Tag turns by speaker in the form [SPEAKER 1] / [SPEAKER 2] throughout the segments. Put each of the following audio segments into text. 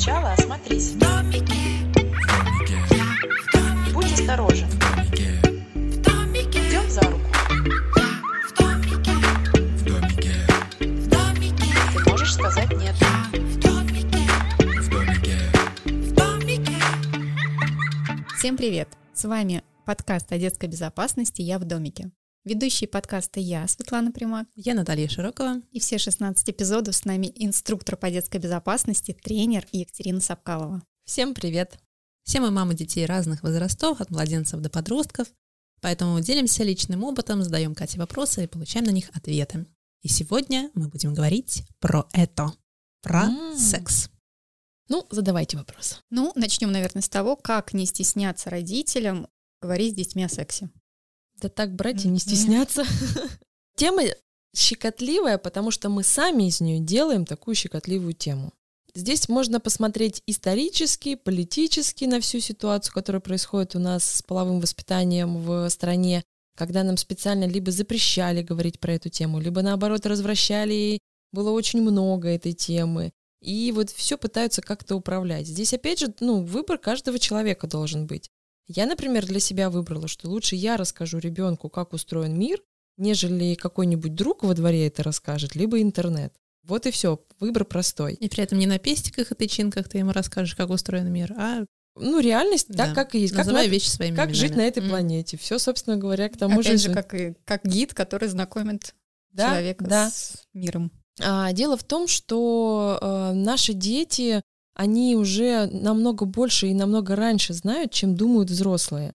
[SPEAKER 1] сначала осмотрись. Будь осторожен. Идем за руку. Ты можешь сказать нет.
[SPEAKER 2] Всем привет! С вами подкаст о детской безопасности «Я в домике». Ведущие подкаста я, Светлана Примак.
[SPEAKER 3] Я Наталья Широкова.
[SPEAKER 2] И все 16 эпизодов с нами инструктор по детской безопасности, тренер Екатерина Сапкалова.
[SPEAKER 3] Всем привет! Все мы мамы детей разных возрастов, от младенцев до подростков, поэтому делимся личным опытом, задаем Кате вопросы и получаем на них ответы. И сегодня мы будем говорить про это, про секс.
[SPEAKER 4] Ну, задавайте вопрос.
[SPEAKER 2] Начнем, наверное, с того, как не стесняться родителям говорить с детьми о сексе.
[SPEAKER 4] Да так брать и не стесняться. Тема щекотливая, потому что мы сами из нее делаем такую щекотливую тему. Здесь можно посмотреть исторически, политически на всю ситуацию, которая происходит у нас с половым воспитанием в стране, когда нам специально либо запрещали говорить про эту тему, либо наоборот развращали, и было очень много этой темы. И вот все пытаются как-то управлять. Здесь опять же, выбор каждого человека должен быть. Я, например, для себя выбрала, что лучше я расскажу ребенку, как устроен мир, нежели какой-нибудь друг во дворе это расскажет, либо интернет. Вот и все, выбор простой.
[SPEAKER 3] И при этом не на пестиках и тычинках ты ему расскажешь, как устроен мир, а...
[SPEAKER 4] реальность так, как и есть.
[SPEAKER 3] Называй вещи своими
[SPEAKER 4] как
[SPEAKER 3] именами.
[SPEAKER 4] Жить на этой планете. Все, собственно говоря, к тому
[SPEAKER 2] Опять же, как гид, который знакомит человека с миром.
[SPEAKER 4] Дело в том, что наши дети, они уже намного больше и намного раньше знают, чем думают взрослые.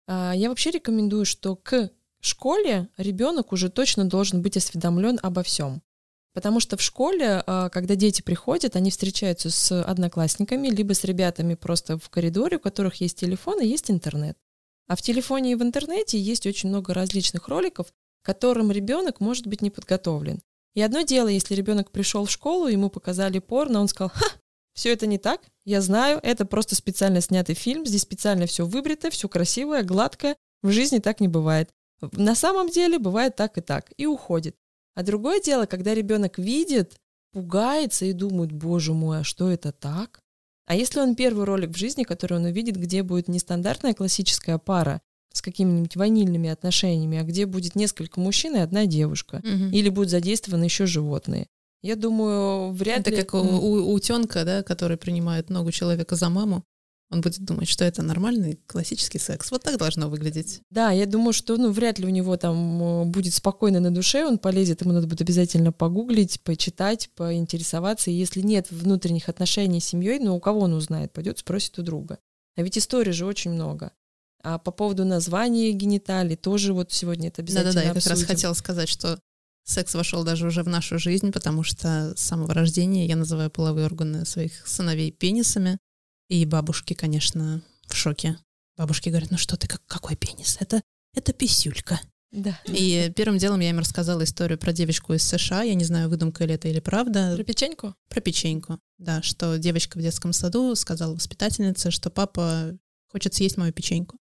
[SPEAKER 4] Я вообще рекомендую, что к школе ребенок уже точно должен быть осведомлен обо всем. Потому что в школе, когда дети приходят, они встречаются с одноклассниками, либо с ребятами просто в коридоре, у которых есть телефон и есть интернет. А в телефоне и в интернете есть очень много различных роликов, к которым ребенок может быть не подготовлен. И одно дело, если ребенок пришел в школу, ему показали порно, он сказал: все это не так, я знаю, это просто специально снятый фильм, здесь специально все выбрито, все красивое, гладкое, в жизни так не бывает. На самом деле бывает так, и уходит. А другое дело, когда ребенок видит, пугается и думает: боже мой, а что это так? А если он первый ролик в жизни, который он увидит, где будет не стандартная классическая пара с какими-нибудь ванильными отношениями, а где будет несколько мужчин и одна девушка, или будут задействованы еще животные. Я думаю, вряд ли...
[SPEAKER 3] Это как у утенка, да, который принимает ногу человека за маму. Он будет думать, что это нормальный классический секс. Вот так должно выглядеть.
[SPEAKER 4] Да, я думаю, что вряд ли у него там будет спокойно на душе, он полезет, ему надо будет обязательно погуглить, почитать, поинтересоваться. И если нет внутренних отношений с семьей, у кого он узнает? Пойдет спросит у друга. А ведь историй же очень много. А по поводу названия гениталий тоже вот сегодня это обязательно
[SPEAKER 3] обсудим. Я
[SPEAKER 4] как
[SPEAKER 3] раз хотела сказать, что секс вошел даже уже в нашу жизнь, потому что с самого рождения я называю половые органы своих сыновей пенисами. И бабушки, конечно, в шоке. Бабушки говорят: что ты, какой пенис? Это писюлька.
[SPEAKER 4] Да.
[SPEAKER 3] И первым делом я им рассказала историю про девочку из США. Я не знаю, выдумка ли это или правда.
[SPEAKER 4] Про печеньку?
[SPEAKER 3] Про печеньку, да. Что девочка в детском саду сказала воспитательнице, что папа хочет съесть мою печеньку.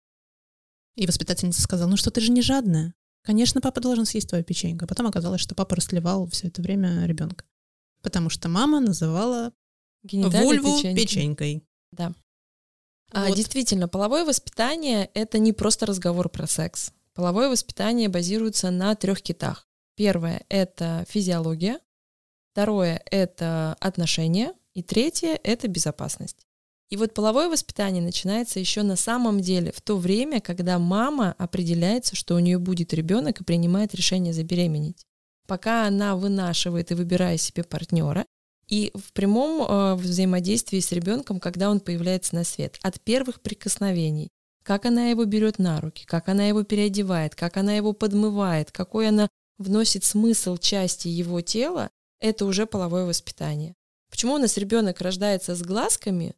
[SPEAKER 3] И воспитательница сказала: что ты же не жадная. Конечно, папа должен съесть твою печеньку. А потом оказалось, что папа растлевал все это время ребенка. Потому что мама называла вульву печенькой.
[SPEAKER 4] Да.
[SPEAKER 3] Вот.
[SPEAKER 4] Действительно, половое воспитание — это не просто разговор про секс. Половое воспитание базируется на 3 китах. Первое — это физиология. Второе — это отношения. И третье — это безопасность. И вот половое воспитание начинается еще на самом деле в то время, когда мама определяется, что у нее будет ребенок и принимает решение забеременеть. Пока она вынашивает и выбирает себе партнера, и в прямом взаимодействии с ребенком, когда он появляется на свет, от первых прикосновений, как она его берет на руки, как она его переодевает, как она его подмывает, какой она вносит смысл части его тела, это уже половое воспитание. Почему у нас ребенок рождается с глазками,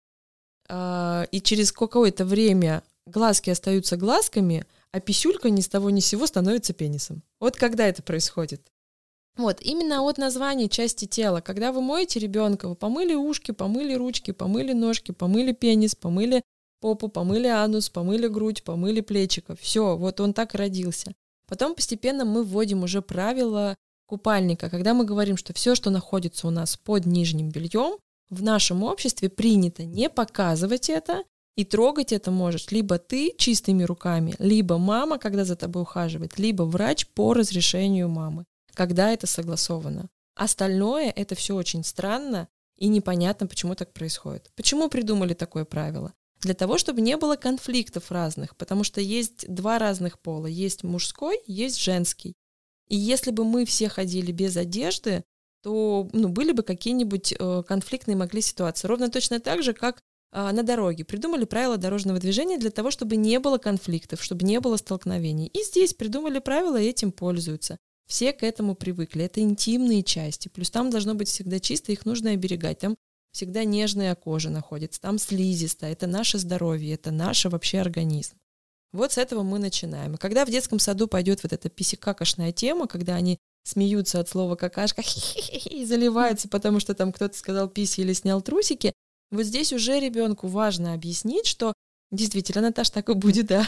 [SPEAKER 4] и через какое-то время глазки остаются глазками, а писюлька ни с того ни с сего становится пенисом? Вот когда это происходит? Вот, именно от названия части тела. Когда вы моете ребенка, вы помыли ушки, помыли ручки, помыли ножки, помыли пенис, помыли попу, помыли анус, помыли грудь, помыли плечико. Все, вот он так и родился. Потом постепенно мы вводим уже правила купальника, когда мы говорим, что все, что находится у нас под нижним бельем, в нашем обществе принято не показывать это, и трогать это можешь либо ты чистыми руками, либо мама, когда за тобой ухаживает, либо врач по разрешению мамы, когда это согласовано. Остальное — это все очень странно и непонятно, почему так происходит. Почему придумали такое правило? Для того, чтобы не было конфликтов разных, потому что есть два разных пола. Есть мужской, есть женский. И если бы мы все ходили без одежды, то были бы какие-нибудь конфликтные могли ситуации. Ровно точно так же, как на дороге. Придумали правила дорожного движения для того, чтобы не было конфликтов, чтобы не было столкновений. И здесь придумали правила, и этим пользуются. Все к этому привыкли. Это интимные части. Плюс там должно быть всегда чисто, их нужно оберегать. Там всегда нежная кожа находится, там слизистая. Это наше здоровье, это наш вообще организм. Вот с этого мы начинаем. И когда в детском саду пойдет вот эта писи-какошная тема, когда они смеются от слова какашка и заливаются, потому что там кто-то сказал писи или снял трусики, вот здесь уже ребенку важно объяснить, что действительно, Наташа, так и будет, да,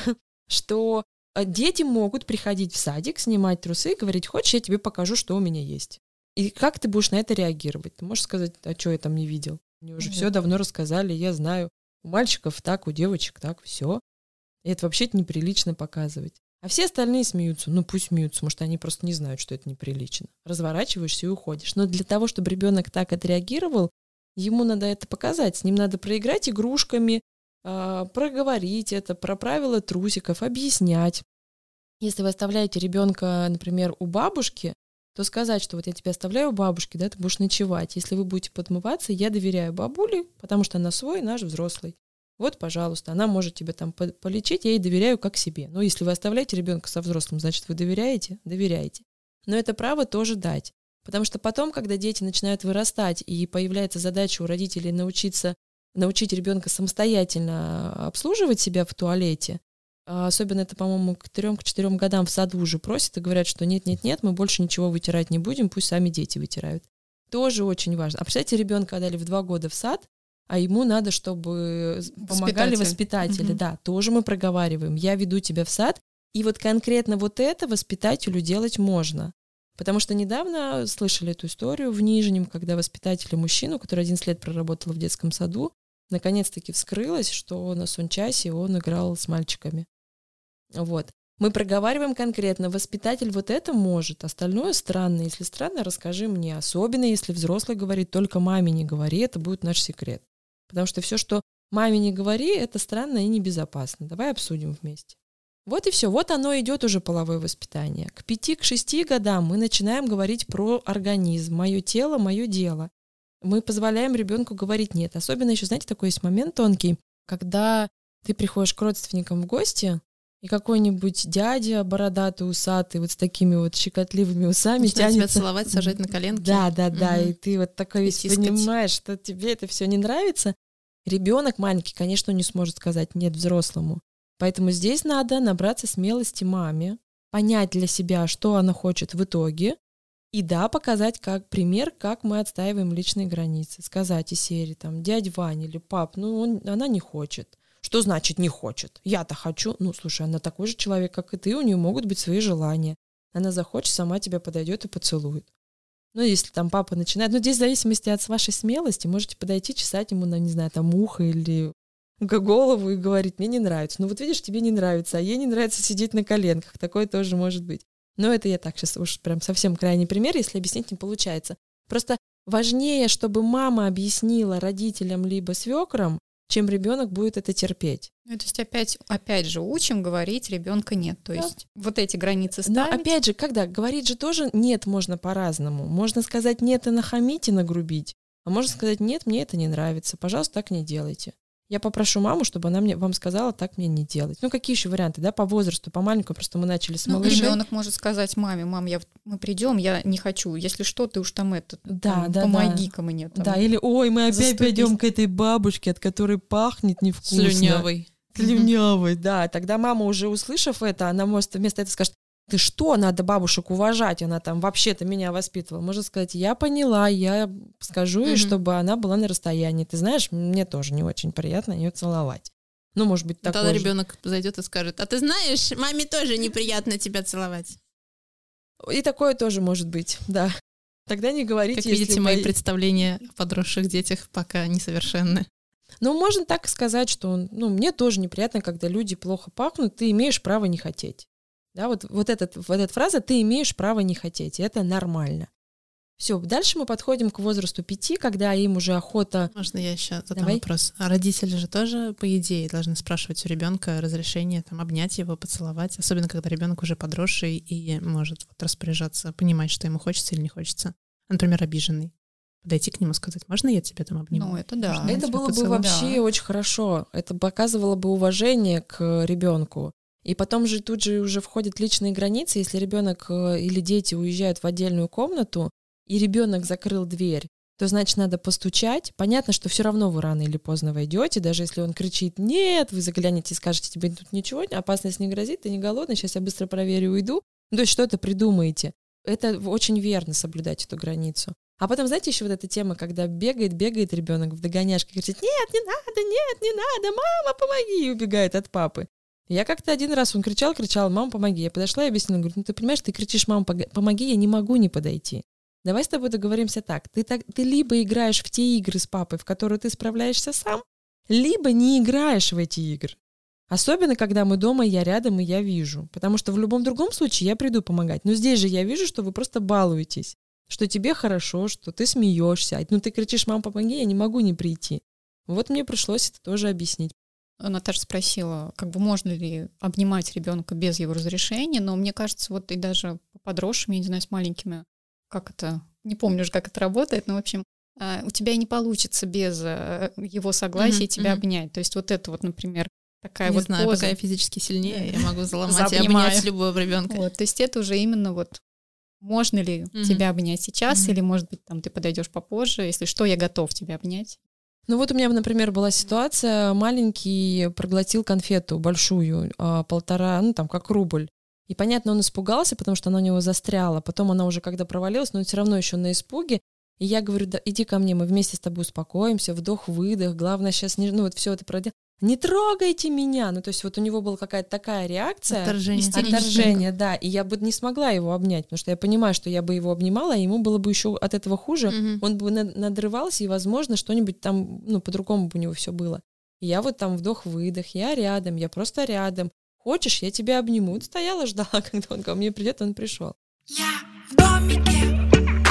[SPEAKER 4] что дети могут приходить в садик, снимать трусы и говорить: хочешь, я тебе покажу, что у меня есть. И как ты будешь на это реагировать? Ты можешь сказать: а что я там не видел? Мне уже все давно рассказали, я знаю. У мальчиков так, у девочек так, все. И это вообще-то неприлично показывать. А все остальные смеются. Ну пусть смеются, может, они просто не знают, что это неприлично. Разворачиваешься и уходишь. Но для того, чтобы ребенок так отреагировал, ему надо это показать. С ним надо проиграть игрушками, проговорить это, про правила трусиков, объяснять. Если вы оставляете ребенка, например, у бабушки, то сказать, что вот я тебя оставляю у бабушки, да, ты будешь ночевать. Если вы будете подмываться, я доверяю бабуле, потому что она свой, наш взрослый. Вот, пожалуйста, она может тебя там полечить, я ей доверяю как себе. Но если вы оставляете ребенка со взрослым, значит, вы доверяете? Доверяете. Но это право тоже дать. Потому что потом, когда дети начинают вырастать, и появляется задача у родителей научить ребенка самостоятельно обслуживать себя в туалете, особенно это, по-моему, к 3-4 годам в саду уже просят и говорят, что нет, мы больше ничего вытирать не будем, пусть сами дети вытирают. Тоже очень важно. А представьте, ребенка отдали в 2 года в сад, а ему надо, чтобы помогали воспитатели. Да, тоже мы проговариваем. Я веду тебя в сад, и вот конкретно вот это воспитателю делать можно. Потому что недавно слышали эту историю в Нижнем, когда воспитатель мужчину, который 11 лет проработал в детском саду, наконец-таки вскрылось, что на сончасе он играл с мальчиками. Вот. Мы проговариваем конкретно, воспитатель вот это может, остальное странно. Если странно, расскажи мне. Особенно, если взрослый говорит: только маме не говори, это будет наш секрет. Потому что все, что маме не говори, это странно и небезопасно. Давай обсудим вместе. Вот и все. Вот оно идет уже половое воспитание. К 5-6 годам мы начинаем говорить про организм. Мое тело, мое дело. Мы позволяем ребенку говорить нет. Особенно еще, знаете, такой есть момент тонкий, когда ты приходишь к родственникам в гости, и какой-нибудь дядя бородатый, усатый, вот с такими вот щекотливыми усами
[SPEAKER 3] начинает
[SPEAKER 4] тянется.
[SPEAKER 3] тебя целовать, сажать на коленки.
[SPEAKER 4] Да, и ты вот такой весь понимаешь, что тебе это все не нравится. Ребенок маленький, конечно, не сможет сказать нет взрослому. Поэтому здесь надо набраться смелости маме, понять для себя, что она хочет в итоге, и да, показать как пример, как мы отстаиваем личные границы. Сказать из серии, там, дядя Ваня или пап, она не хочет. Что значит не хочет? Я-то хочу. Слушай, она такой же человек, как и ты, у нее могут быть свои желания. Она захочет, сама тебя подойдет и поцелует. Если там папа начинает... здесь в зависимости от вашей смелости можете подойти, чесать ему, там ухо или голову и говорить: мне не нравится. Вот видишь, тебе не нравится, а ей не нравится сидеть на коленках. Такое тоже может быть. Но это я так сейчас уж прям совсем крайний пример, если объяснить не получается. Просто важнее, чтобы мама объяснила родителям либо свекрам, чем ребенок будет это терпеть.
[SPEAKER 2] То есть опять же учим говорить ребенка нет. То есть вот эти границы ставить.
[SPEAKER 4] Но опять же, когда говорить же тоже нет можно по-разному. Можно сказать нет и нахамить, и нагрубить. А можно сказать нет, мне это не нравится. Пожалуйста, так не делайте. Я попрошу маму, чтобы она вам сказала, так мне не делать. Какие еще варианты, да, по возрасту, по маленькому, просто мы начали с малышей.
[SPEAKER 2] Ребенок может сказать маме: мам, мы придем, я не хочу. Если что, ты уж там помоги-ка мне.
[SPEAKER 4] Да, или ой, мы опять пойдем к этой бабушке, от которой пахнет невкусно. Слюнявый, да. Тогда мама, уже услышав это, она может вместо этого скажет: ты что, надо бабушек уважать, она там вообще-то меня воспитывала. Можно сказать: я поняла, я скажу ей, чтобы она была на расстоянии. Ты знаешь, мне тоже не очень приятно ее целовать. Может быть, такое
[SPEAKER 3] Тогда ребенок зайдет и скажет: а ты знаешь, маме тоже неприятно тебя целовать.
[SPEAKER 4] И такое тоже может быть, да. Тогда не говорите,
[SPEAKER 3] Как видите,
[SPEAKER 4] если
[SPEAKER 3] мои представления о подросших детях пока несовершенны.
[SPEAKER 4] Ну, можно так сказать, что мне тоже неприятно, когда люди плохо пахнут, ты имеешь право не хотеть. Да, вот эта фраза «ты имеешь право не хотеть», и это нормально. Все, дальше мы подходим к возрасту 5, когда им уже охота...
[SPEAKER 3] Можно я еще задам вопрос? А родители же тоже, по идее, должны спрашивать у ребенка разрешение обнять его, поцеловать, особенно когда ребенок уже подросший и может распоряжаться, понимать, что ему хочется или не хочется. Например, обиженный. Подойти к нему, сказать: можно я тебя обниму?
[SPEAKER 2] Ну, это да.
[SPEAKER 4] Это было бы вообще очень хорошо. Это показывало бы уважение к ребенку. И потом же тут же уже входят личные границы. Если ребенок или дети уезжают в отдельную комнату, и ребенок закрыл дверь, то значит надо постучать. Понятно, что все равно вы рано или поздно войдете, даже если он кричит «нет», вы заглянете и скажете: тебе тут ничего, опасность не грозит, ты не голодный, сейчас я быстро проверю и уйду. То есть что-то придумаете. Это очень верно, соблюдать эту границу. А потом, знаете, еще вот эта тема, когда бегает ребенок в догоняшке, кричит: нет, не надо, мама, помоги, и убегает от папы. Я как-то один раз, он кричал, мама, помоги. Я подошла и объяснила, говорю: ну ты понимаешь, ты кричишь: мама, помоги, я не могу не подойти. Давай с тобой договоримся так. Ты либо играешь в те игры с папой, в которые ты справляешься сам, либо не играешь в эти игры. Особенно, когда мы дома, я рядом, и я вижу. Потому что в любом другом случае я приду помогать. Но здесь же я вижу, что вы просто балуетесь, что тебе хорошо, что ты смеешься. Ну ты кричишь: мама, помоги, я не могу не прийти. Вот мне пришлось это тоже объяснить.
[SPEAKER 2] Наташа спросила, можно ли обнимать ребенка без его разрешения, но мне кажется, вот и даже подросшими, я не знаю, с маленькими, не помню уже, как это работает, но, в общем, у тебя и не получится без его согласия тебя обнять. То есть вот это вот, например, такая
[SPEAKER 3] не
[SPEAKER 2] вот
[SPEAKER 3] знаю,
[SPEAKER 2] поза.
[SPEAKER 3] пока я физически сильнее, я могу заломать и обнять любого ребенка.
[SPEAKER 2] Вот, то есть это уже именно можно ли тебя обнять сейчас, или, может быть, ты подойдешь попозже, если что, я готов тебя обнять.
[SPEAKER 4] Ну вот у меня, например, была ситуация: маленький проглотил конфету большую, 1,5, как рубль. И, понятно, он испугался, потому что она у него застряла. Потом она уже, когда провалилась, но все равно еще на испуге. И я говорю: да, иди ко мне, мы вместе с тобой успокоимся, вдох-выдох, главное сейчас вот все это пройдет. Не трогайте меня! То есть вот у него была какая-то такая реакция. Отторжение, да. И я бы не смогла его обнять, потому что я понимаю, что я бы его обнимала, а ему было бы еще от этого хуже. Он бы надрывался, и, возможно, что-нибудь там, по-другому бы у него все было. И я вдох-выдох, я рядом, я просто рядом. Хочешь, я тебя обниму? Стояла, ждала, когда он ко мне придет, он пришел.
[SPEAKER 5] Я в домике.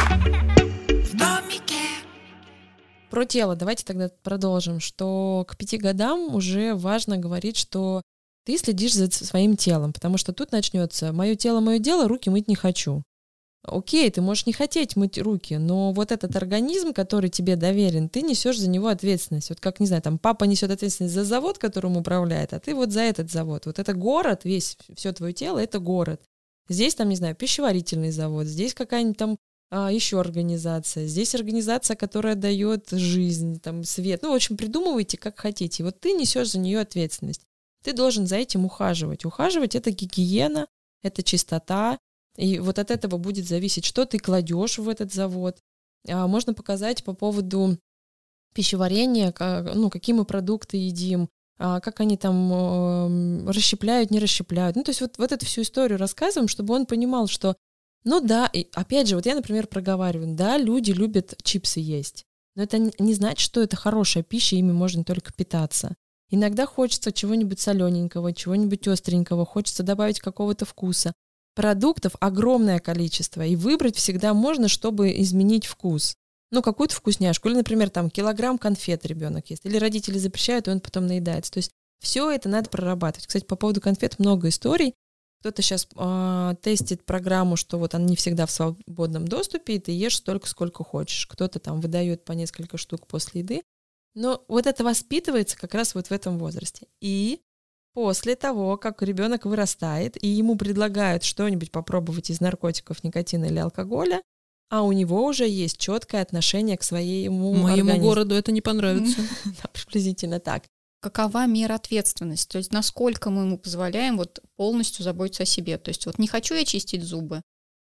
[SPEAKER 4] Про тело давайте тогда продолжим, что к 5 годам уже важно говорить, что ты следишь за своим телом, потому что тут начнется: мое тело, мое дело, руки мыть не хочу. Окей, ты можешь не хотеть мыть руки, но вот этот организм, который тебе доверен, ты несешь за него ответственность. Вот как, не знаю, папа несет ответственность за завод, которым управляет, а ты вот за этот завод. Вот это город, все твое тело — это город. Здесь не знаю, пищеварительный завод, здесь какая-нибудь еще организация, здесь организация, которая дает жизнь, свет. В общем, придумывайте, как хотите. Вот ты несешь за нее ответственность. Ты должен за этим ухаживать. Ухаживать — это гигиена, это чистота. И вот от этого будет зависеть, что ты кладешь в этот завод. Можно показать по поводу пищеварения, какие мы продукты едим, как они расщепляют, не расщепляют. То есть вот эту всю историю рассказываем, чтобы он понимал, что, и опять же, я, например, проговариваю: да, люди любят чипсы есть, но это не значит, что это хорошая пища, ими можно только питаться. Иногда хочется чего-нибудь солененького, чего-нибудь остренького, хочется добавить какого-то вкуса. Продуктов огромное количество, и выбрать всегда можно, чтобы изменить вкус. Какую-то вкусняшку. Или, например, килограмм конфет ребенок ест. Или родители запрещают, и он потом наедается. То есть все это надо прорабатывать. Кстати, по поводу конфет много историй. Кто-то сейчас тестит программу, что она не всегда в свободном доступе, и ты ешь столько, сколько хочешь. Кто-то выдает по несколько штук после еды. Но вот это воспитывается как раз в этом возрасте. И после того, как ребенок вырастает, и ему предлагают что-нибудь попробовать из наркотиков, никотина или алкоголя, а у него уже есть четкое отношение к своему организму.
[SPEAKER 3] Городу это не понравится.
[SPEAKER 4] Да, приблизительно так.
[SPEAKER 2] Какова мера ответственности? То есть насколько мы ему позволяем полностью заботиться о себе? То есть не хочу я чистить зубы,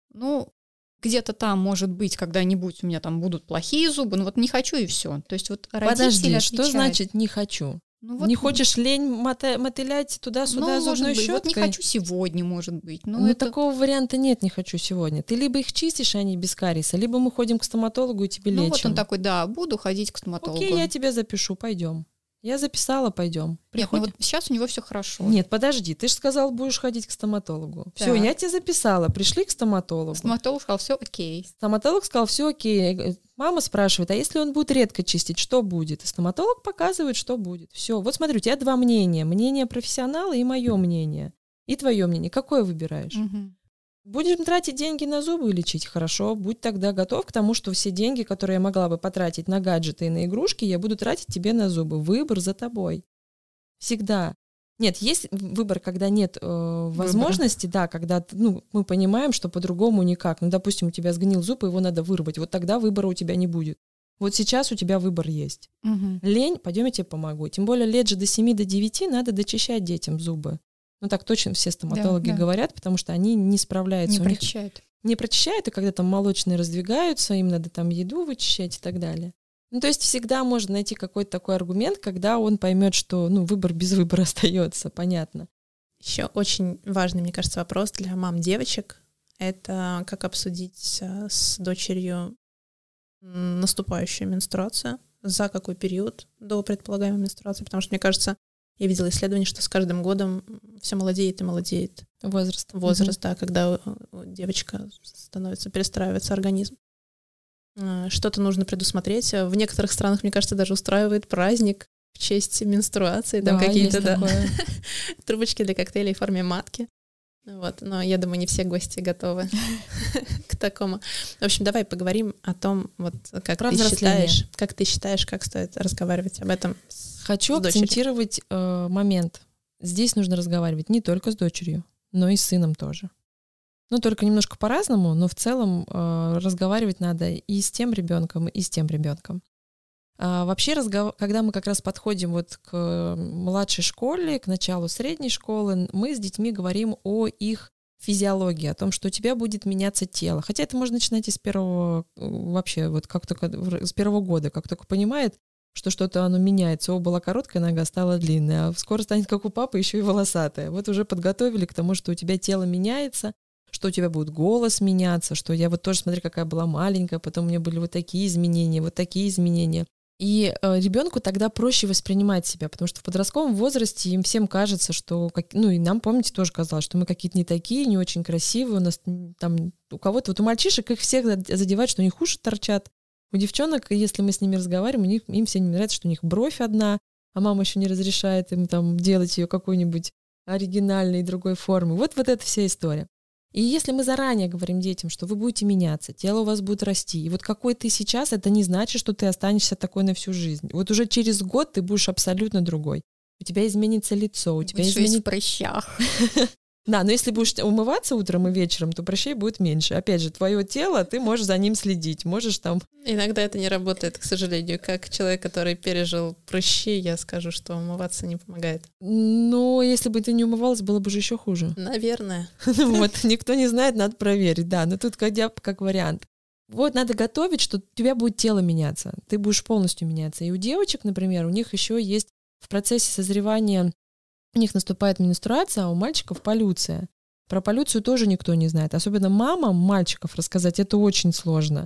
[SPEAKER 2] где-то может быть, когда-нибудь у меня будут плохие зубы, не хочу и все. То есть родители
[SPEAKER 4] Подожди,
[SPEAKER 2] отвечают.
[SPEAKER 4] что значит «не хочу»?
[SPEAKER 2] Ну, вот,
[SPEAKER 4] Не хочешь лень мотылять туда-сюда
[SPEAKER 2] ну, может
[SPEAKER 4] зубной
[SPEAKER 2] быть, вот
[SPEAKER 4] щеткой?
[SPEAKER 2] не хочу сегодня, может быть.
[SPEAKER 4] Ну,
[SPEAKER 2] это...
[SPEAKER 4] такого варианта нет, не хочу сегодня. Ты либо их чистишь, и они без кариеса, либо мы ходим к стоматологу и тебе
[SPEAKER 2] Ну,
[SPEAKER 4] лечим.
[SPEAKER 2] вот он такой, да, буду ходить к стоматологу.
[SPEAKER 4] Окей, я тебя запишу, пойдем. Я записала, пойдем.
[SPEAKER 2] Нет, ну
[SPEAKER 4] Приходим.
[SPEAKER 2] вот сейчас у него все хорошо.
[SPEAKER 4] Нет, подожди, ты же сказал, будешь ходить к стоматологу. Все,
[SPEAKER 2] Так.
[SPEAKER 4] я тебя записала, пришли к стоматологу.
[SPEAKER 2] Стоматолог сказал, все окей.
[SPEAKER 4] Стоматолог сказал, все окей. Мама спрашивает, а если он будет редко чистить, что будет? И стоматолог показывает, что будет. Все, вот смотри, у тебя два мнения. Мнение профессионала и мое мнение. И твое мнение. Какое выбираешь?
[SPEAKER 2] Мгм.
[SPEAKER 4] Будем тратить деньги на зубы и лечить? Хорошо, будь тогда готов к тому, что все деньги, которые я могла бы потратить на гаджеты и на игрушки, я буду тратить тебе на зубы. Выбор за тобой. Всегда. Нет, есть выбор, когда нет возможности, да, когда мы понимаем, что по-другому никак. Ну, допустим, у тебя сгнил зуб, и его надо вырвать. Вот тогда выбора у тебя не будет. Вот сейчас у тебя выбор есть.
[SPEAKER 2] Мгм.
[SPEAKER 4] Лень, пойдем, я тебе помогу. Тем более лет же до 7-9 надо дочищать детям зубы. Ну, так точно все стоматологи
[SPEAKER 2] Да.
[SPEAKER 4] говорят, потому что они не справляются.
[SPEAKER 2] Не
[SPEAKER 4] У них
[SPEAKER 2] прочищает.
[SPEAKER 4] не прочищают, и когда там молочные раздвигаются, им надо там еду вычищать и так далее. Ну, то есть всегда можно найти какой-то такой аргумент, когда он поймет, что выбор без выбора остается, понятно.
[SPEAKER 3] Еще очень важный, мне кажется, вопрос для мам девочек — это как обсудить с дочерью наступающую менструацию, за какой период до предполагаемой менструации, потому что, мне кажется, я видела исследование, что с каждым годом все молодеет и молодеет
[SPEAKER 4] Возраст.
[SPEAKER 3] возраст, да, когда девочка перестраивается организм. Что-то нужно предусмотреть. В некоторых странах, мне кажется, даже устраивают праздник в честь менструации, там
[SPEAKER 4] Да,
[SPEAKER 3] какие-то
[SPEAKER 4] есть такое.
[SPEAKER 3] трубочки для коктейлей в форме матки. Вот. Но я думаю, не все гости готовы к такому. В общем, давай поговорим о том, вот как
[SPEAKER 4] Про
[SPEAKER 3] ты
[SPEAKER 4] взросление.
[SPEAKER 3] считаешь, как стоит разговаривать об этом.
[SPEAKER 4] Хочу
[SPEAKER 3] с дочерью.
[SPEAKER 4] акцентировать момент. Здесь нужно разговаривать не только с дочерью, но и с сыном тоже. Ну, только немножко по-разному, но в целом разговаривать надо и с тем ребенком, и с тем ребенком. Вообще, когда мы как раз подходим вот к младшей школе, к началу средней школы, мы с детьми говорим о их физиологии, о том, что у тебя будет меняться тело. Хотя это можно начинать и с первого, вообще, вот как только с первого года, как только понимает, что что-то оно меняется. Была короткая нога, стала длинная, а скоро станет, как у папы, еще и волосатая. Вот уже подготовили к тому, что у тебя тело меняется, что у тебя будет голос меняться, что я вот тоже, смотри, какая была маленькая, потом у меня были вот такие изменения. И ребенку тогда проще воспринимать себя, потому что в подростковом возрасте им всем кажется, что, и нам, помните, тоже казалось, что мы какие-то не такие, не очень красивые, у нас там у кого-то, вот у мальчишек их всех задевает, что у них уши торчат, у девчонок, если мы с ними разговариваем, им всем не нравится, что у них бровь одна, а мама еще не разрешает им там делать ее какой-нибудь оригинальной другой формы. Вот эта вся история. И если мы заранее говорим детям, что вы будете меняться, тело у вас будет расти, и вот какой ты сейчас, это не значит, что ты останешься такой на всю жизнь. Вот уже через год ты будешь абсолютно другой. У тебя изменится лицо, у тебя
[SPEAKER 2] Будешь весь
[SPEAKER 4] изменится...
[SPEAKER 2] в прыщах.
[SPEAKER 4] Да, но если будешь умываться утром и вечером, то прыщей будет меньше. Опять же, твое тело, ты можешь за ним следить, можешь там...
[SPEAKER 3] Иногда это не работает, к сожалению. Как человек, который пережил прыщи, я скажу, что умываться не помогает.
[SPEAKER 4] Но если бы ты не умывалась, было бы же еще хуже.
[SPEAKER 3] Наверное.
[SPEAKER 4] Вот, никто не знает, надо проверить, да. Но тут как вариант. Вот надо готовить, что у тебя будет тело меняться, ты будешь полностью меняться. И у девочек, например, у них еще есть в процессе созревания, у них наступает менструация, а у мальчиков полюция. Про полюцию тоже никто не знает. Особенно мамам мальчиков рассказать это очень сложно.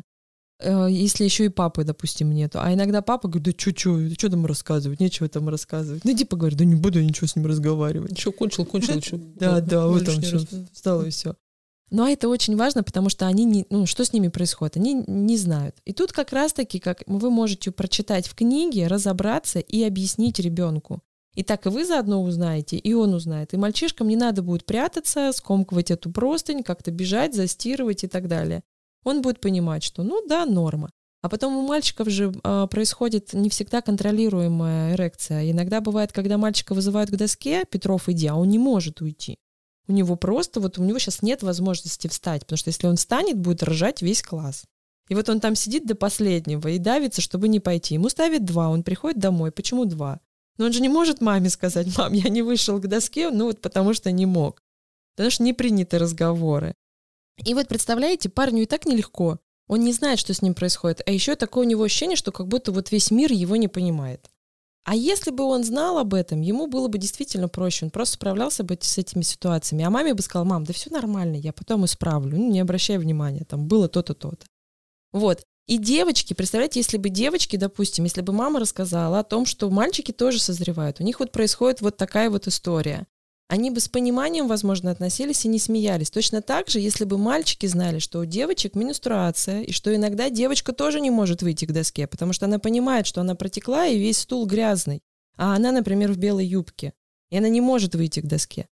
[SPEAKER 4] Если еще и папы, допустим, нету. А иногда папа говорит, да что там рассказывать, нечего там рассказывать. Ну иди поговори, да не буду ничего с ним разговаривать.
[SPEAKER 3] Что, кончил, что?
[SPEAKER 4] Да, вот там все, встало и все. Но это очень важно, потому что они что с ними происходит, они не знают. И тут как раз-таки, как вы можете прочитать в книге, разобраться и объяснить ребенку. И так и вы заодно узнаете, и он узнает. И мальчишкам не надо будет прятаться, скомкивать эту простынь, как-то бежать, застирывать и так далее. Он будет понимать, что норма. А потом у мальчиков же происходит не всегда контролируемая эрекция. Иногда бывает, когда мальчика вызывают к доске, Петров, иди, а он не может уйти. У него просто, у него сейчас нет возможности встать, потому что если он встанет, будет ржать весь класс. И вот он там сидит до последнего и давится, чтобы не пойти. Ему ставят 2, он приходит домой. Почему 2? Но он же не может маме сказать, мам, я не вышел к доске, потому что не мог. Потому что не приняты разговоры. И вот представляете, парню и так нелегко. Он не знает, что с ним происходит. А еще такое у него ощущение, что как будто весь мир его не понимает. А если бы он знал об этом, ему было бы действительно проще, он просто справлялся бы с этими ситуациями. А маме бы сказал: мам, да все нормально, я потом исправлю, не обращай внимания, там было то-то, то-то. Вот. И девочки, представляете, если бы девочки, допустим, если бы мама рассказала о том, что мальчики тоже созревают, у них вот происходит вот такая вот история, они бы с пониманием, возможно, относились и не смеялись. Точно так же, если бы мальчики знали, что у девочек менструация, и что иногда девочка тоже не может выйти к доске, потому что она понимает, что она протекла, и весь стул грязный, а она, например, в белой юбке, и она не может выйти к доске.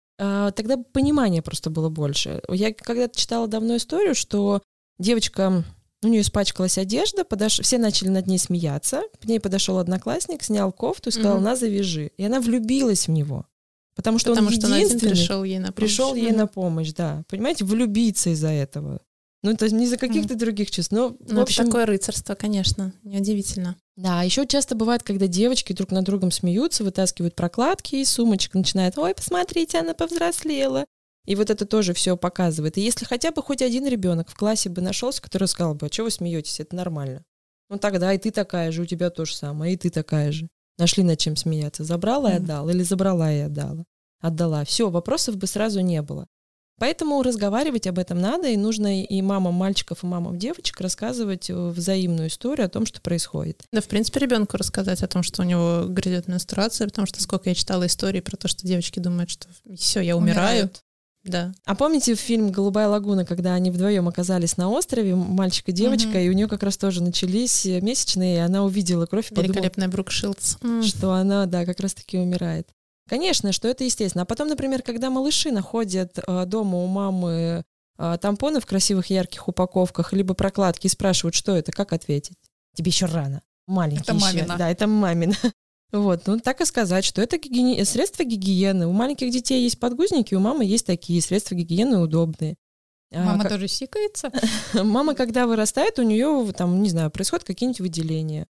[SPEAKER 4] Тогда понимания просто было больше. Я когда-то читала давно историю, что девочка, у нее испачкалась одежда, все начали над ней смеяться, к ней подошел одноклассник, снял кофту и сказал: на, завяжи. И она влюбилась в него. Потому что он единственный пришел ей на помощь, да. Понимаете, влюбиться из-за этого. Ну, то есть не из-за каких-то других чувств. Но, в общем,
[SPEAKER 3] это такое рыцарство, конечно, неудивительно.
[SPEAKER 4] Да, еще часто бывает, когда девочки друг над другом смеются, вытаскивают прокладки из сумочек, начинают: ой, посмотрите, она повзрослела. И вот это тоже все показывает. И если хотя бы хоть один ребенок в классе бы нашелся, который сказал бы: а чего вы смеетесь, это нормально. Ну тогда и ты такая же, у тебя то же самое, и ты такая же. Нашли над чем смеяться. Забрала и отдала, или забрала и отдала. Все, вопросов бы сразу не было. Поэтому разговаривать об этом надо, и нужно и мамам мальчиков, и мамам девочек рассказывать взаимную историю о том, что происходит.
[SPEAKER 3] Да, в принципе, ребенку рассказать о том, что у него грядет менструация, потому что сколько я читала историй про то, что девочки думают, что все, я умираю. Да.
[SPEAKER 4] А помните фильм «Голубая лагуна», когда они вдвоем оказались на острове, мальчик и девочка, и у нее как раз тоже начались месячные, и она увидела кровь и подумала,
[SPEAKER 3] великолепная Брук Шилдс,
[SPEAKER 4] что она, да, как раз-таки умирает. Конечно, что это естественно. А потом, например, когда малыши находят дома у мамы тампоны в красивых ярких упаковках, либо прокладки, и спрашивают, что это, как ответить? Тебе еще рано, маленький
[SPEAKER 2] это
[SPEAKER 4] еще.
[SPEAKER 2] Мамина.
[SPEAKER 4] Да, это мамина. Вот, ну так и сказать, что это средства гигиены. У маленьких детей есть подгузники, у мамы есть такие средства гигиены удобные.
[SPEAKER 2] Мама тоже сикается?
[SPEAKER 4] Мама, когда вырастает, у нее там, не знаю, происходят какие-нибудь выделения,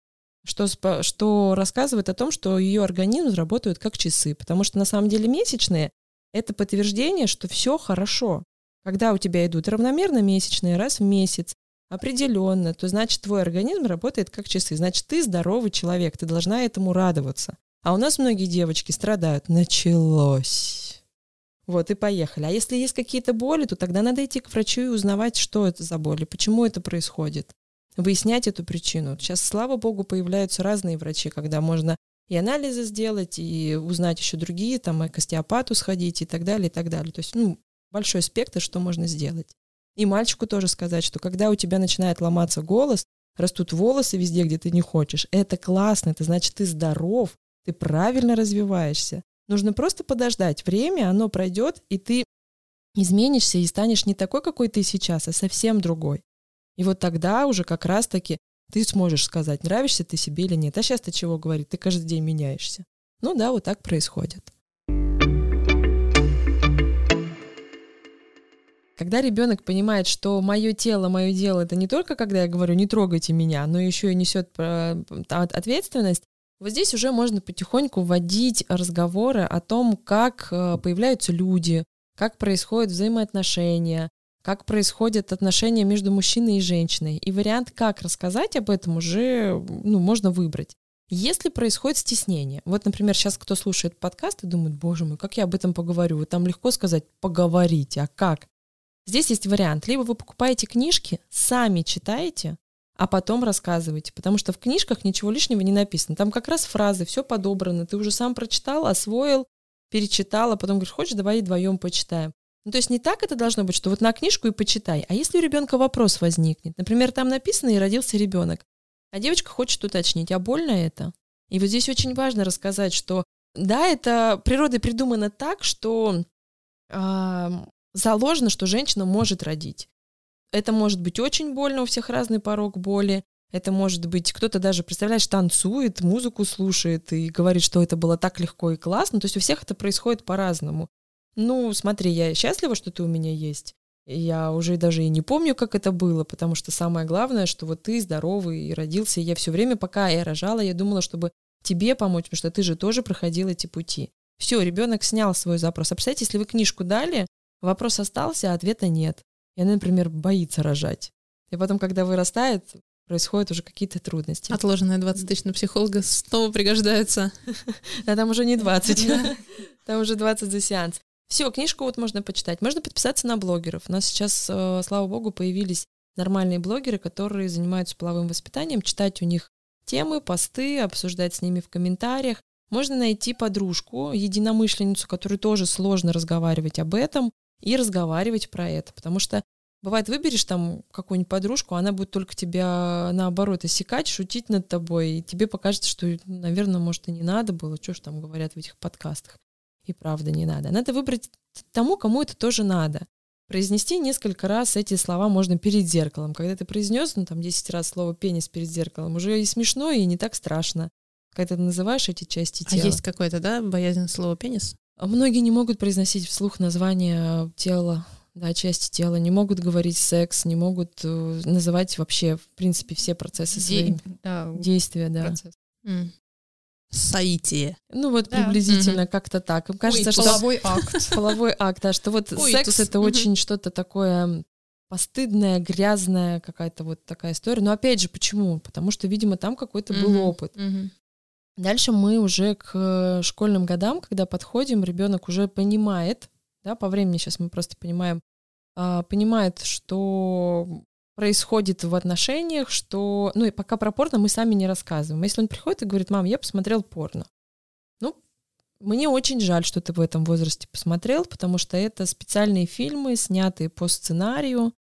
[SPEAKER 4] что рассказывает о том, что ее организм работает как часы, потому что на самом деле месячные — это подтверждение, что все хорошо. Когда у тебя идут равномерно месячные раз в месяц, определенно, то значит твой организм работает как часы, значит ты здоровый человек, ты должна этому радоваться. А у нас многие девочки страдают. Началось. Вот и поехали. А если есть какие-то боли, то тогда надо идти к врачу и узнавать, что это за боли, почему это происходит. Выяснять эту причину. Сейчас, слава богу, появляются разные врачи, когда можно и анализы сделать, и узнать еще другие, там, и к остеопату сходить, и так далее, и так далее. То есть, большой спектр, что можно сделать. И мальчику тоже сказать, что когда у тебя начинает ломаться голос, растут волосы везде, где ты не хочешь, это классно, это значит, ты здоров, ты правильно развиваешься. Нужно просто подождать. Время, оно пройдет, и ты изменишься и станешь не такой, какой ты сейчас, а совсем другой. И вот тогда уже как раз-таки ты сможешь сказать, нравишься ты себе или нет. А сейчас-то чего говорит? Ты каждый день меняешься. Ну да, вот так происходит. Когда ребенок понимает, что мое тело, мое дело, это не только когда я говорю «не трогайте меня», но еще и несет ответственность, вот здесь уже можно потихоньку вводить разговоры о том, как появляются люди, как происходят взаимоотношения, как происходят отношения между мужчиной и женщиной. И вариант, как рассказать об этом, уже можно выбрать. Если происходит стеснение, вот, например, сейчас кто слушает подкаст и думает, боже мой, как я об этом поговорю, вот там легко сказать «поговорите», а как? Здесь есть вариант. Либо вы покупаете книжки, сами читаете, а потом рассказываете, потому что в книжках ничего лишнего не написано. Там как раз фразы, все подобрано, ты уже сам прочитал, освоил, перечитал, а потом говоришь, хочешь, давай вдвоем почитаем. Ну, то есть не так это должно быть, что вот на книжку и почитай. А если у ребенка вопрос возникнет, например, там написано «и родился ребенок», а девочка хочет уточнить, а больно это? И вот здесь очень важно рассказать, что да, это природой придумано так, что заложено, что женщина может родить. Это может быть очень больно, у всех разный порог боли. Это может быть, кто-то даже, представляешь, танцует, музыку слушает и говорит, что это было так легко и классно. То есть у всех это происходит по-разному. Ну, смотри, я счастлива, что ты у меня есть. Я уже даже и не помню, как это было, потому что самое главное, что вот ты здоровый и родился. И я все время, пока я рожала, я думала, чтобы тебе помочь, потому что ты же тоже проходил эти пути. Все, ребенок снял свой запрос. А представляете, если вы книжку дали, вопрос остался, а ответа нет. И она, например, боится рожать. И потом, когда вырастает, происходят уже какие-то трудности.
[SPEAKER 3] Отложенные 20 тысяч на психолога снова пригождаются.
[SPEAKER 4] А там уже не 20, там уже 20 за сеанс. Все, книжку вот можно почитать. Можно подписаться на блогеров. У нас сейчас, слава богу, появились нормальные блогеры, которые занимаются половым воспитанием, читать у них темы, посты, обсуждать с ними в комментариях. Можно найти подружку, единомышленницу, которой тоже сложно разговаривать об этом и разговаривать про это. Потому что бывает, выберешь там какую-нибудь подружку, она будет только тебя, наоборот, осекать, шутить над тобой, и тебе покажется, что, наверное, может, и не надо было, что ж там говорят в этих подкастах. И правда не надо. Надо выбрать тому, кому это тоже надо. Произнести несколько раз эти слова можно перед зеркалом. Когда ты произнес, 10 раз слово «пенис» перед зеркалом, уже и смешно, и не так страшно. Когда ты называешь эти части тела.
[SPEAKER 3] А есть какой-то, да, боязнь слова «пенис»?
[SPEAKER 4] Многие не могут произносить вслух название тела, да, части тела, не могут говорить секс, не могут называть вообще, в принципе, все процессы свои действия, да.
[SPEAKER 2] Процесс.
[SPEAKER 3] Соитие.
[SPEAKER 4] Приблизительно как-то так. Им кажется, что
[SPEAKER 2] половой акт.
[SPEAKER 4] Половой акт, да, что вот секс — это очень что-то такое постыдное, грязное, какая-то вот такая история. Но опять же, почему? Потому что, видимо, там какой-то был опыт. Дальше мы уже к школьным годам, когда подходим, ребенок уже понимает, да, по времени сейчас мы просто понимаем, понимает, что происходит в отношениях, что... и пока про порно мы сами не рассказываем. Если он приходит и говорит: мам, я посмотрел порно. Мне очень жаль, что ты в этом возрасте посмотрел, потому что это специальные фильмы, снятые по сценарию,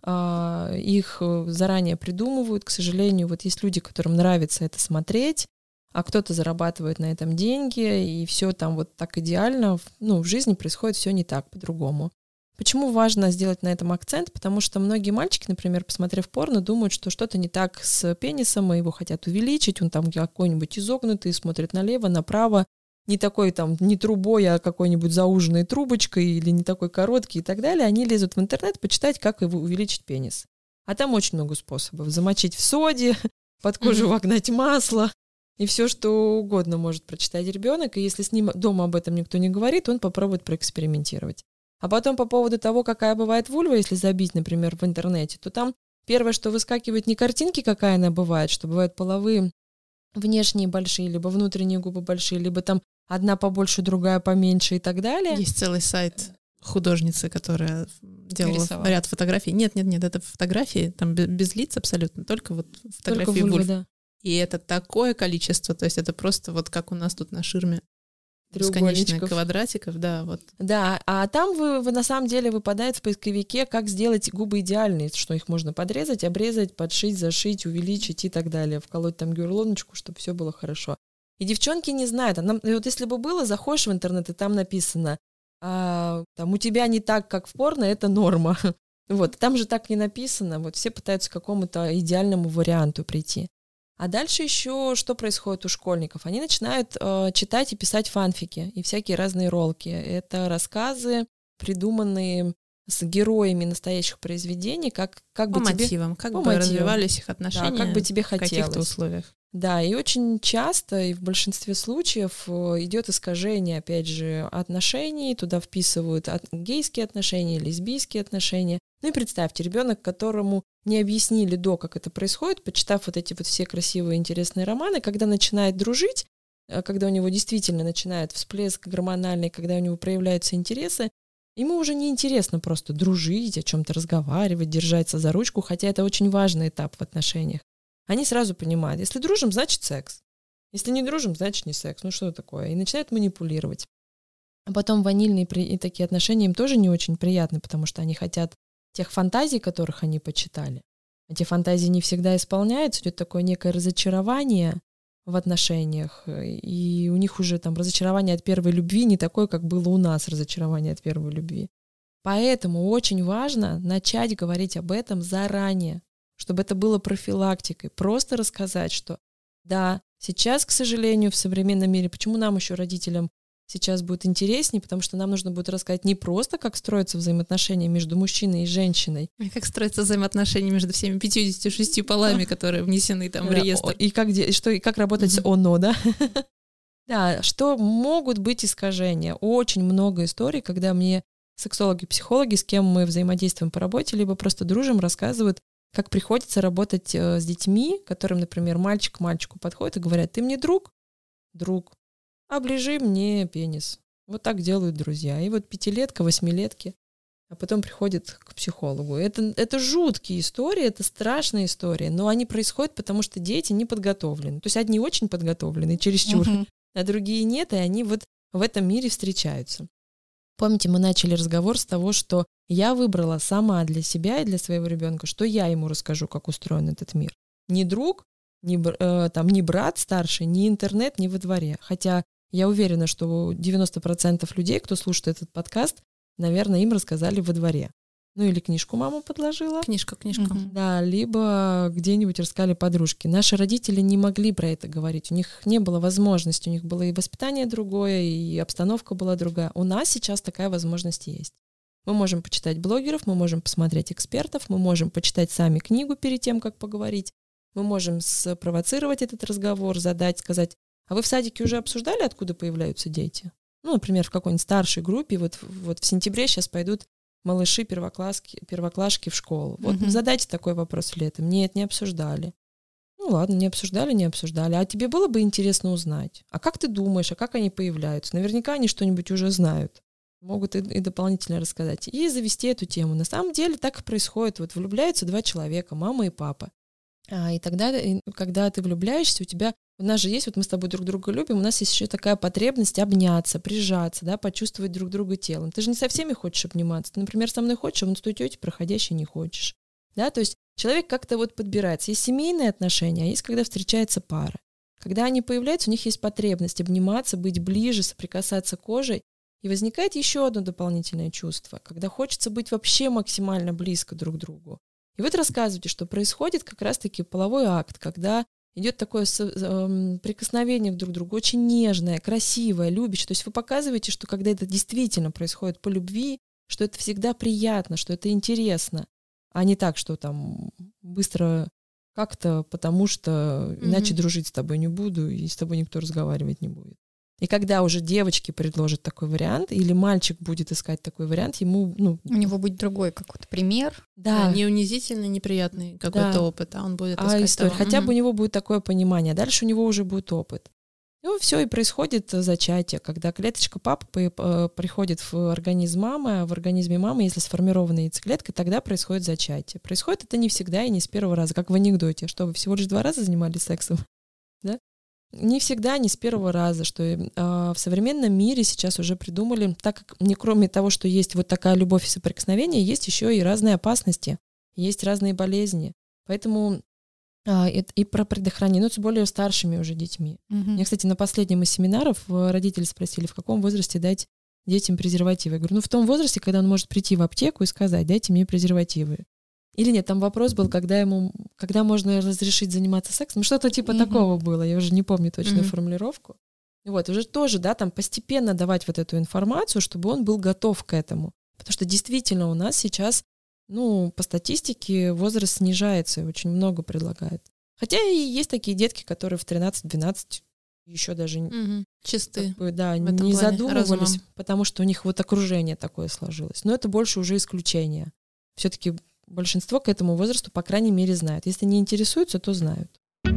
[SPEAKER 4] их заранее придумывают. К сожалению, вот есть люди, которым нравится это смотреть, а кто-то зарабатывает на этом деньги, и все там вот так идеально. В жизни происходит все не так, по-другому. Почему важно сделать на этом акцент? Потому что многие мальчики, например, посмотрев порно, думают, что что-то не так с пенисом, и его хотят увеличить, он там какой-нибудь изогнутый, смотрит налево, направо, не такой там, не трубой, а какой-нибудь зауженной трубочкой, или не такой короткий и так далее. Они лезут в интернет почитать, как его увеличить пенис. А там очень много способов. Замочить в соде, под кожу вогнать масло, и все что угодно может прочитать ребенок. И если с ним дома об этом никто не говорит, он попробует проэкспериментировать. А потом по поводу того, какая бывает вульва, если забить, например, в интернете, то там первое, что выскакивает, не картинки, какая она бывает, что бывают половые внешние большие, либо внутренние губы большие, либо там одна побольше, другая поменьше и так далее.
[SPEAKER 3] Есть целый сайт художницы, которая делала ряд фотографий. Нет, это фотографии, там без лиц абсолютно, только вот фотографии вульв. Да. И это такое количество, то есть это просто вот как у нас тут на ширме. Бесконечных квадратиков, да, вот.
[SPEAKER 4] Да, а там вы на самом деле выпадает в поисковике, как сделать губы идеальные, что их можно подрезать, обрезать, подшить, зашить, увеличить и так далее, вколоть там гиалуроночку, чтобы все было хорошо. И девчонки не знают. Вот если бы было, заходишь в интернет, и там написано, там, у тебя не так, как в порно, это норма. Вот, там же так не написано. Вот все пытаются к какому-то идеальному варианту прийти. А дальше еще что происходит у школьников? Они начинают читать и писать фанфики и всякие разные ролки. Это рассказы, придуманные с героями настоящих произведений, как
[SPEAKER 3] бы
[SPEAKER 4] тебе...
[SPEAKER 3] мотивам, как бы развивались их отношения,
[SPEAKER 4] да, как бы тебе хотелось.
[SPEAKER 3] В каких-то условиях.
[SPEAKER 4] Да, и очень часто, и в большинстве случаев идет искажение, опять же, отношений, туда вписывают гейские отношения, лесбийские отношения. И представьте, ребенок, которому не объяснили до, как это происходит, почитав вот эти вот все красивые, интересные романы, когда начинает дружить, когда у него действительно начинает всплеск гормональный, когда у него проявляются интересы, ему уже не интересно просто дружить, о чем-то разговаривать, держаться за ручку, хотя это очень важный этап в отношениях. Они сразу понимают, если дружим, значит секс. Если не дружим, значит не секс. Что такое? И начинают манипулировать. А потом ванильные и такие отношения им тоже не очень приятны, потому что они хотят тех фантазий, которых они почитали. Эти фантазии не всегда исполняются, идет такое некое разочарование в отношениях, и у них уже там разочарование от первой любви не такое, как было у нас разочарование от первой любви. Поэтому очень важно начать говорить об этом заранее, чтобы это было профилактикой. Просто рассказать, что да, сейчас, к сожалению, в современном мире, почему нам еще, родителям, сейчас будет интереснее, потому что нам нужно будет рассказать не просто, как строятся взаимоотношения между мужчиной и женщиной.
[SPEAKER 3] И как строятся взаимоотношения между всеми 56 полами, которые внесены там в реестр.
[SPEAKER 4] И как работать с ОНО, да? Да, что могут быть искажения. Очень много историй, когда мне сексологи, психологи, с кем мы взаимодействуем по работе, либо просто дружим, рассказывают, как приходится работать с детьми, которым, например, мальчик к мальчику подходит и говорят: ты мне друг? Друг. Оближи мне пенис. Вот так делают друзья. И вот 5-летка, 8-летки, а потом приходит к психологу. Это жуткие истории, это страшные истории, но они происходят, потому что дети не подготовлены. То есть одни очень подготовлены, чересчур, а другие нет, и они вот в этом мире встречаются. Помните, мы начали разговор с того, что я выбрала сама для себя и для своего ребенка, что я ему расскажу, как устроен этот мир. Ни друг, ни брат старший, ни интернет, ни во дворе. Хотя я уверена, что 90% людей, кто слушает этот подкаст, наверное, им рассказали во дворе. Ну или книжку мама подложила.
[SPEAKER 3] Книжка.
[SPEAKER 4] Да, либо где-нибудь рассказали подружки. Наши родители не могли про это говорить. У них не было возможности. У них было и воспитание другое, и обстановка была другая. У нас сейчас такая возможность есть. Мы можем почитать блогеров, мы можем посмотреть экспертов, мы можем почитать сами книгу перед тем, как поговорить. Мы можем спровоцировать этот разговор, задать, сказать: а вы в садике уже обсуждали, откуда появляются дети? Ну, например, в какой-нибудь старшей группе, вот в сентябре сейчас пойдут малыши, первоклашки в школу. Вот задайте такой вопрос летом. Нет, не обсуждали. Ну ладно, не обсуждали. А тебе было бы интересно узнать? А как ты думаешь, а как они появляются? Наверняка они что-нибудь уже знают. Могут и дополнительно рассказать. И завести эту тему. На самом деле так и происходит. Вот влюбляются 2 человека, мама и папа. И тогда, когда ты влюбляешься, у нас же есть, вот мы с тобой друг друга любим, у нас есть еще такая потребность обняться, прижаться, да, почувствовать друг друга телом. Ты же не со всеми хочешь обниматься. Ты, например, со мной хочешь, а вон с той тетей проходящей не хочешь. Да, то есть человек как-то вот подбирается. Есть семейные отношения, а есть, когда встречается пара. Когда они появляются, у них есть потребность обниматься, быть ближе, соприкасаться кожей. И возникает еще одно дополнительное чувство, когда хочется быть вообще максимально близко друг к другу. И вот рассказывайте, что происходит как раз-таки половой акт, когда идет такое прикосновение друг к другу, очень нежное, красивое, любящее. То есть вы показываете, что когда это действительно происходит по любви, что это всегда приятно, что это интересно, а не так, что там быстро как-то, потому что иначе дружить с тобой не буду, и с тобой никто разговаривать не будет. И когда уже девочке предложат такой вариант, или мальчик будет искать такой вариант, ему,
[SPEAKER 2] у него будет другой какой-то пример.
[SPEAKER 3] Да, не унизительный, неприятный какой-то опыт, а он будет искать
[SPEAKER 4] история. Хотя бы у него будет такое понимание, а дальше у него уже будет опыт. Ну, все, и происходит зачатие, когда клеточка папы приходит в организм мамы, а в организме мамы, если сформирована яйцеклетка, тогда происходит зачатие. Происходит это не всегда и не с первого раза, как в анекдоте. Что, вы всего лишь 2 раза занимались сексом? Да? Не всегда, не с первого раза, что в современном мире сейчас уже придумали, так как кроме того, что есть вот такая любовь и соприкосновение, есть еще и разные опасности, есть разные болезни. Поэтому и про предохранение, но с более старшими уже детьми. Мне, кстати, на последнем из семинаров родители спросили, в каком возрасте дать детям презервативы. Я говорю, в том возрасте, когда он может прийти в аптеку и сказать: дайте мне презервативы. Или нет, там вопрос был, когда можно разрешить заниматься сексом. Что-то типа такого было, я уже не помню точную формулировку. Вот, уже тоже, да, там постепенно давать вот эту информацию, чтобы он был готов к этому. Потому что действительно у нас сейчас, по статистике, возраст снижается, и очень много предлагают. Хотя и есть такие детки, которые в 13-12 еще даже
[SPEAKER 3] чисты,
[SPEAKER 4] не задумывались, разумом. Потому что у них вот окружение такое сложилось. Но это больше уже исключение. Все-таки большинство к этому возрасту, по крайней мере, знают. Если не интересуются, то знают.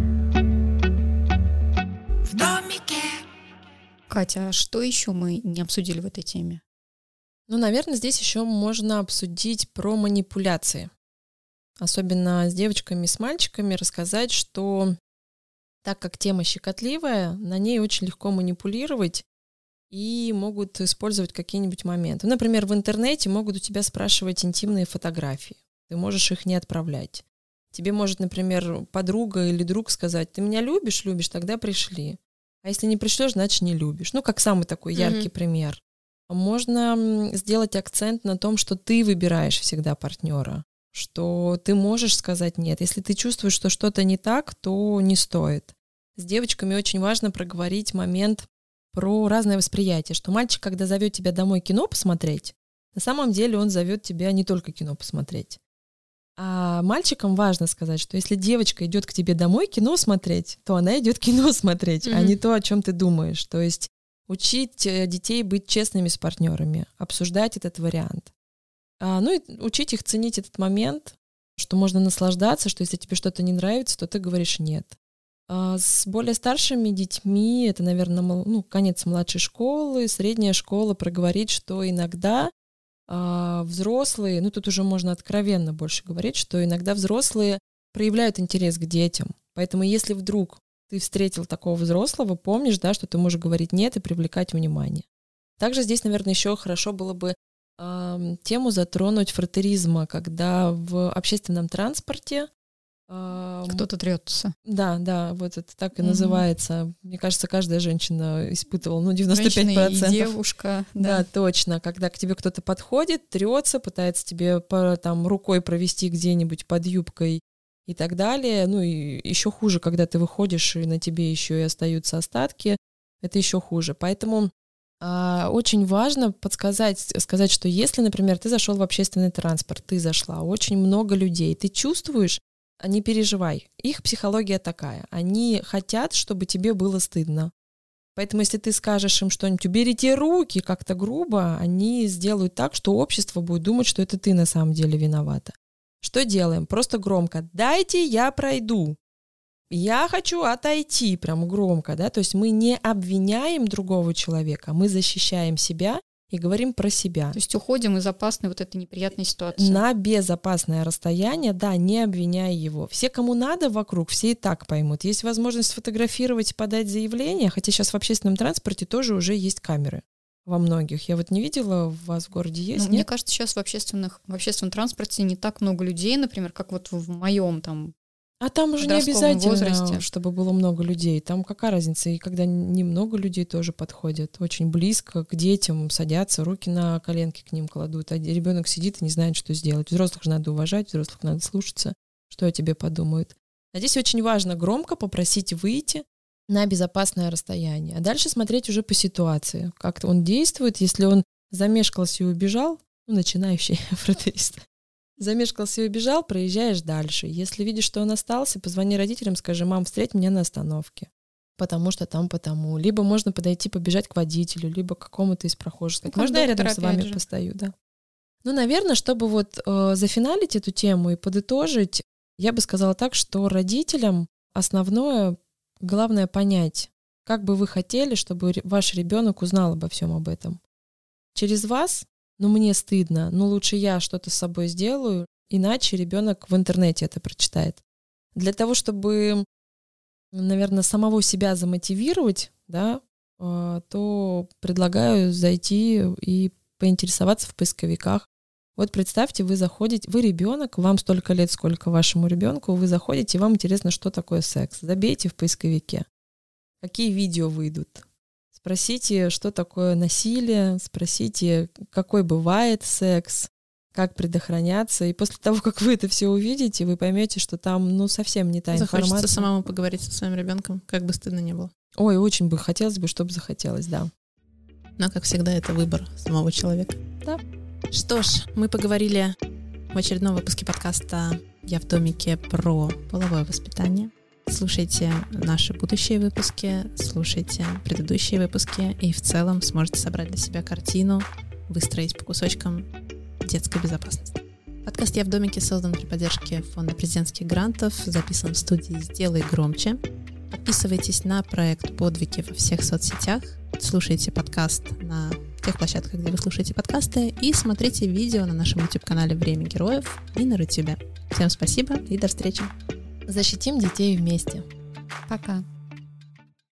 [SPEAKER 5] В домике.
[SPEAKER 2] Катя, а что еще мы не обсудили в этой теме?
[SPEAKER 4] Наверное, здесь еще можно обсудить про манипуляции. Особенно с девочками и с мальчиками рассказать, что так как тема щекотливая, на ней очень легко манипулировать и могут использовать какие-нибудь моменты. Например, в интернете могут у тебя спрашивать интимные фотографии. Ты можешь их не отправлять. Тебе может, например, подруга или друг сказать: ты меня любишь, тогда пришли. А если не пришлешь, значит не любишь. Как самый такой яркий пример. Можно сделать акцент на том, что ты выбираешь всегда партнера, что ты можешь сказать нет. Если ты чувствуешь, что что-то не так, то не стоит. С девочками очень важно проговорить момент про разное восприятие, что мальчик, когда зовет тебя домой кино посмотреть, на самом деле он зовет тебя не только кино посмотреть. А мальчикам важно сказать, что если девочка идет к тебе домой кино смотреть, то она идет кино смотреть, а не то, о чем ты думаешь. То есть учить детей быть честными с партнерами, обсуждать этот вариант. И учить их ценить этот момент, что можно наслаждаться, что если тебе что-то не нравится, то ты говоришь «нет». А с более старшими детьми, это, наверное, конец младшей школы, средняя школа, проговорить, что иногда взрослые, тут уже можно откровенно больше говорить, что иногда взрослые проявляют интерес к детям. Поэтому если вдруг ты встретил такого взрослого, помнишь, да, что ты можешь говорить «нет» и привлекать внимание. Также здесь, наверное, еще хорошо было бы тему затронуть фратеризма, когда в общественном транспорте
[SPEAKER 2] Кто-то трется.
[SPEAKER 4] Да, вот это так и называется. Мне кажется, каждая женщина испытывала, 95%.
[SPEAKER 2] Женщина и девушка.
[SPEAKER 4] Да, точно. Когда к тебе кто-то подходит, трется, пытается тебе рукой провести где-нибудь под юбкой и так далее. И еще хуже, когда ты выходишь, и на тебе еще и остаются остатки. Это еще хуже. Поэтому очень важно сказать, что если, например, ты зашел в общественный транспорт, ты зашла, очень много людей, ты чувствуешь, не переживай, их психология такая. Они хотят, чтобы тебе было стыдно. Поэтому если ты скажешь им что-нибудь, уберите руки как-то грубо, они сделают так, что общество будет думать, что это ты на самом деле виновата. Что делаем? Просто громко «дайте я пройду». Я хочу отойти, прям громко, да, то есть мы не обвиняем другого человека, мы защищаем себя и говорим про себя.
[SPEAKER 2] То есть уходим из опасной вот этой неприятной ситуации.
[SPEAKER 4] На безопасное расстояние, да, не обвиняя его. Все, кому надо вокруг, все и так поймут. Есть возможность сфотографировать, подать заявление, хотя сейчас в общественном транспорте тоже уже есть камеры во многих. Я вот не видела, у вас в городе есть, нет?
[SPEAKER 2] Мне кажется, сейчас в общественном транспорте не так много людей, например, как вот в моем
[SPEAKER 4] А там уже не обязательно, возрасте, чтобы было много людей. Там какая разница? И когда немного людей тоже подходят, очень близко к детям садятся, руки на коленки к ним кладут, а ребенок сидит и не знает, что сделать. Взрослых же надо уважать, взрослых надо слушаться, что о тебе подумают. А здесь очень важно громко попросить выйти на безопасное расстояние. А дальше смотреть уже по ситуации, как он действует. Если он замешкался и убежал, начинающий фратерист, замешкался и убежал, проезжаешь дальше. Если видишь, что он остался, позвони родителям, скажи: мам, встреть меня на остановке. Потому что там потому. Либо можно подойти, побежать к водителю, либо к какому-то из прохожих. Сказать: можно я рядом с вами постою? Да. Наверное, чтобы зафиналить эту тему и подытожить, я бы сказала так, что родителям основное, главное понять, как бы вы хотели, чтобы ваш ребенок узнал обо всем об этом. Через вас мне стыдно, лучше я что-то с собой сделаю, иначе ребенок в интернете это прочитает. Для того, чтобы, наверное, самого себя замотивировать, да, то предлагаю зайти и поинтересоваться в поисковиках. Вот представьте, вы заходите, вы ребенок, вам столько лет, сколько вашему ребенку, вы заходите, и вам интересно, что такое секс. Забейте в поисковике, какие видео выйдут. Спросите, что такое насилие, спросите, какой бывает секс, как предохраняться. И после того, как вы это все увидите, вы поймете, что там совсем не та информация.
[SPEAKER 3] Захочется самому поговорить со своим ребенком, как бы стыдно не было.
[SPEAKER 4] Ой, очень бы хотелось бы, чтобы захотелось, да.
[SPEAKER 3] Но, как всегда, это выбор самого человека.
[SPEAKER 4] Да.
[SPEAKER 3] Что ж, мы поговорили в очередном выпуске подкаста «Я в домике» про половое воспитание. Слушайте наши будущие выпуски, слушайте предыдущие выпуски и в целом сможете собрать для себя картину, выстроить по кусочкам детской безопасности. Подкаст «Я в домике» создан при поддержке Фонда президентских грантов, записан в студии «Сделай громче». Подписывайтесь на проект «Подвиги» во всех соцсетях, слушайте подкаст на тех площадках, где вы слушаете подкасты, и смотрите видео на нашем YouTube-канале «Время героев» и на Рутюбе. Всем спасибо и до встречи!
[SPEAKER 4] Защитим детей вместе.
[SPEAKER 2] Пока.